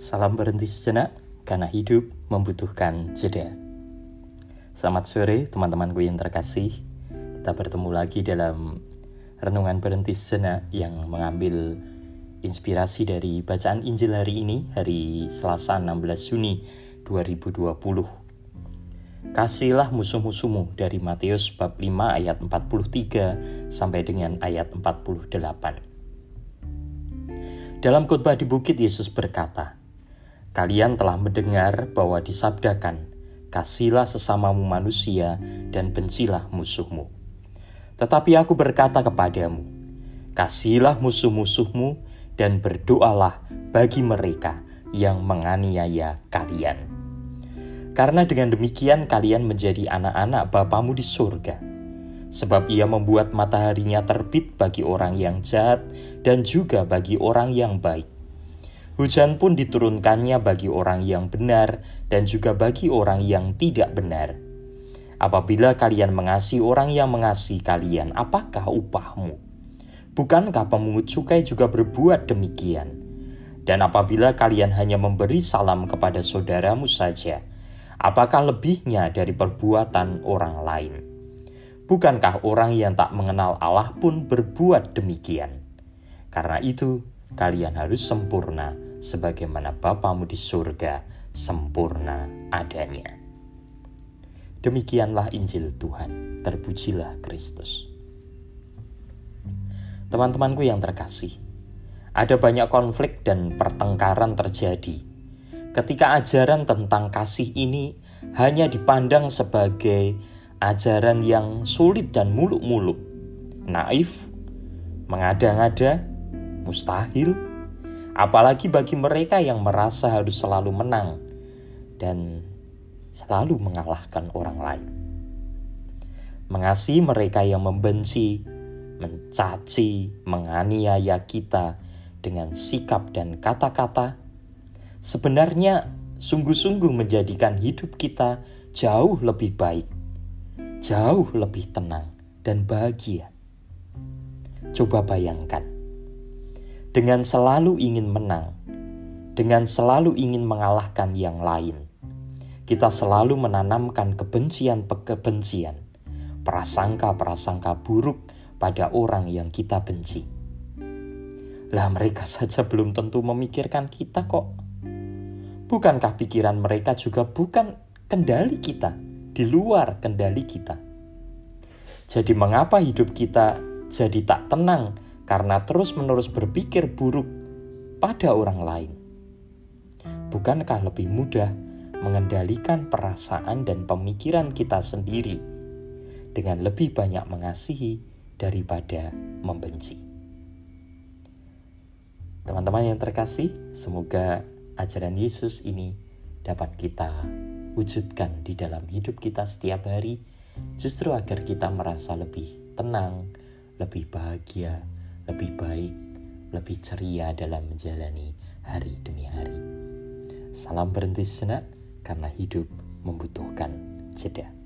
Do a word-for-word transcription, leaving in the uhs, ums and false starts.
Salam berhenti sejenak, karena hidup membutuhkan jeda. Selamat sore teman-temanku yang terkasih. Kita bertemu lagi dalam renungan berhenti sejenak yang mengambil inspirasi dari bacaan Injil hari ini, hari Selasa enam belas Juni dua ribu dua puluh. Kasihilah musuh-musuhmu, dari Matius bab lima ayat empat puluh tiga sampai dengan ayat empat puluh delapan. Dalam khotbah di bukit, Yesus berkata, "Kalian telah mendengar bahwa disabdakan, kasihilah sesamamu manusia dan bencilah musuhmu. Tetapi aku berkata kepadamu, kasihilah musuh-musuhmu dan berdoalah bagi mereka yang menganiaya kalian. Karena dengan demikian kalian menjadi anak-anak Bapamu di surga. Sebab ia membuat mataharinya terbit bagi orang yang jahat dan juga bagi orang yang baik. Hujan pun diturunkannya bagi orang yang benar dan juga bagi orang yang tidak benar. Apabila kalian mengasihi orang yang mengasihi kalian, apakah upahmu? Bukankah pemungut cukai juga berbuat demikian? Dan apabila kalian hanya memberi salam kepada saudaramu saja, apakah lebihnya dari perbuatan orang lain? Bukankah orang yang tak mengenal Allah pun berbuat demikian? Karena itu, kalian harus sempurna, sebagaimana Bapamu di surga sempurna adanya." Demikianlah Injil Tuhan. Terpujilah Kristus. Teman-temanku yang terkasih, ada banyak konflik dan pertengkaran terjadi ketika ajaran tentang kasih ini hanya dipandang sebagai ajaran yang sulit dan muluk-muluk, naif, mengada-ngada, mustahil, apalagi bagi mereka yang merasa harus selalu menang dan selalu mengalahkan orang lain. Mengasihi mereka yang membenci, mencaci, menganiaya kita dengan sikap dan kata-kata sebenarnya sungguh-sungguh menjadikan hidup kita jauh lebih baik, jauh lebih tenang dan bahagia. Coba bayangkan, dengan selalu ingin menang, dengan selalu ingin mengalahkan yang lain, kita selalu menanamkan kebencian-kebencian, prasangka-prasangka buruk pada orang yang kita benci. Lah mereka saja belum tentu memikirkan kita kok. Bukankah pikiran mereka juga bukan kendali kita, di luar kendali kita? Jadi mengapa hidup kita jadi tak tenang karena terus-menerus berpikir buruk pada orang lain? Bukankah lebih mudah mengendalikan perasaan dan pemikiran kita sendiri dengan lebih banyak mengasihi daripada membenci? Teman-teman yang terkasih, semoga ajaran Yesus ini dapat kita wujudkan di dalam hidup kita setiap hari, justru agar kita merasa lebih tenang, lebih bahagia, lebih baik, lebih ceria dalam menjalani hari demi hari. Salam berhenti sejenak, karena hidup membutuhkan jeda.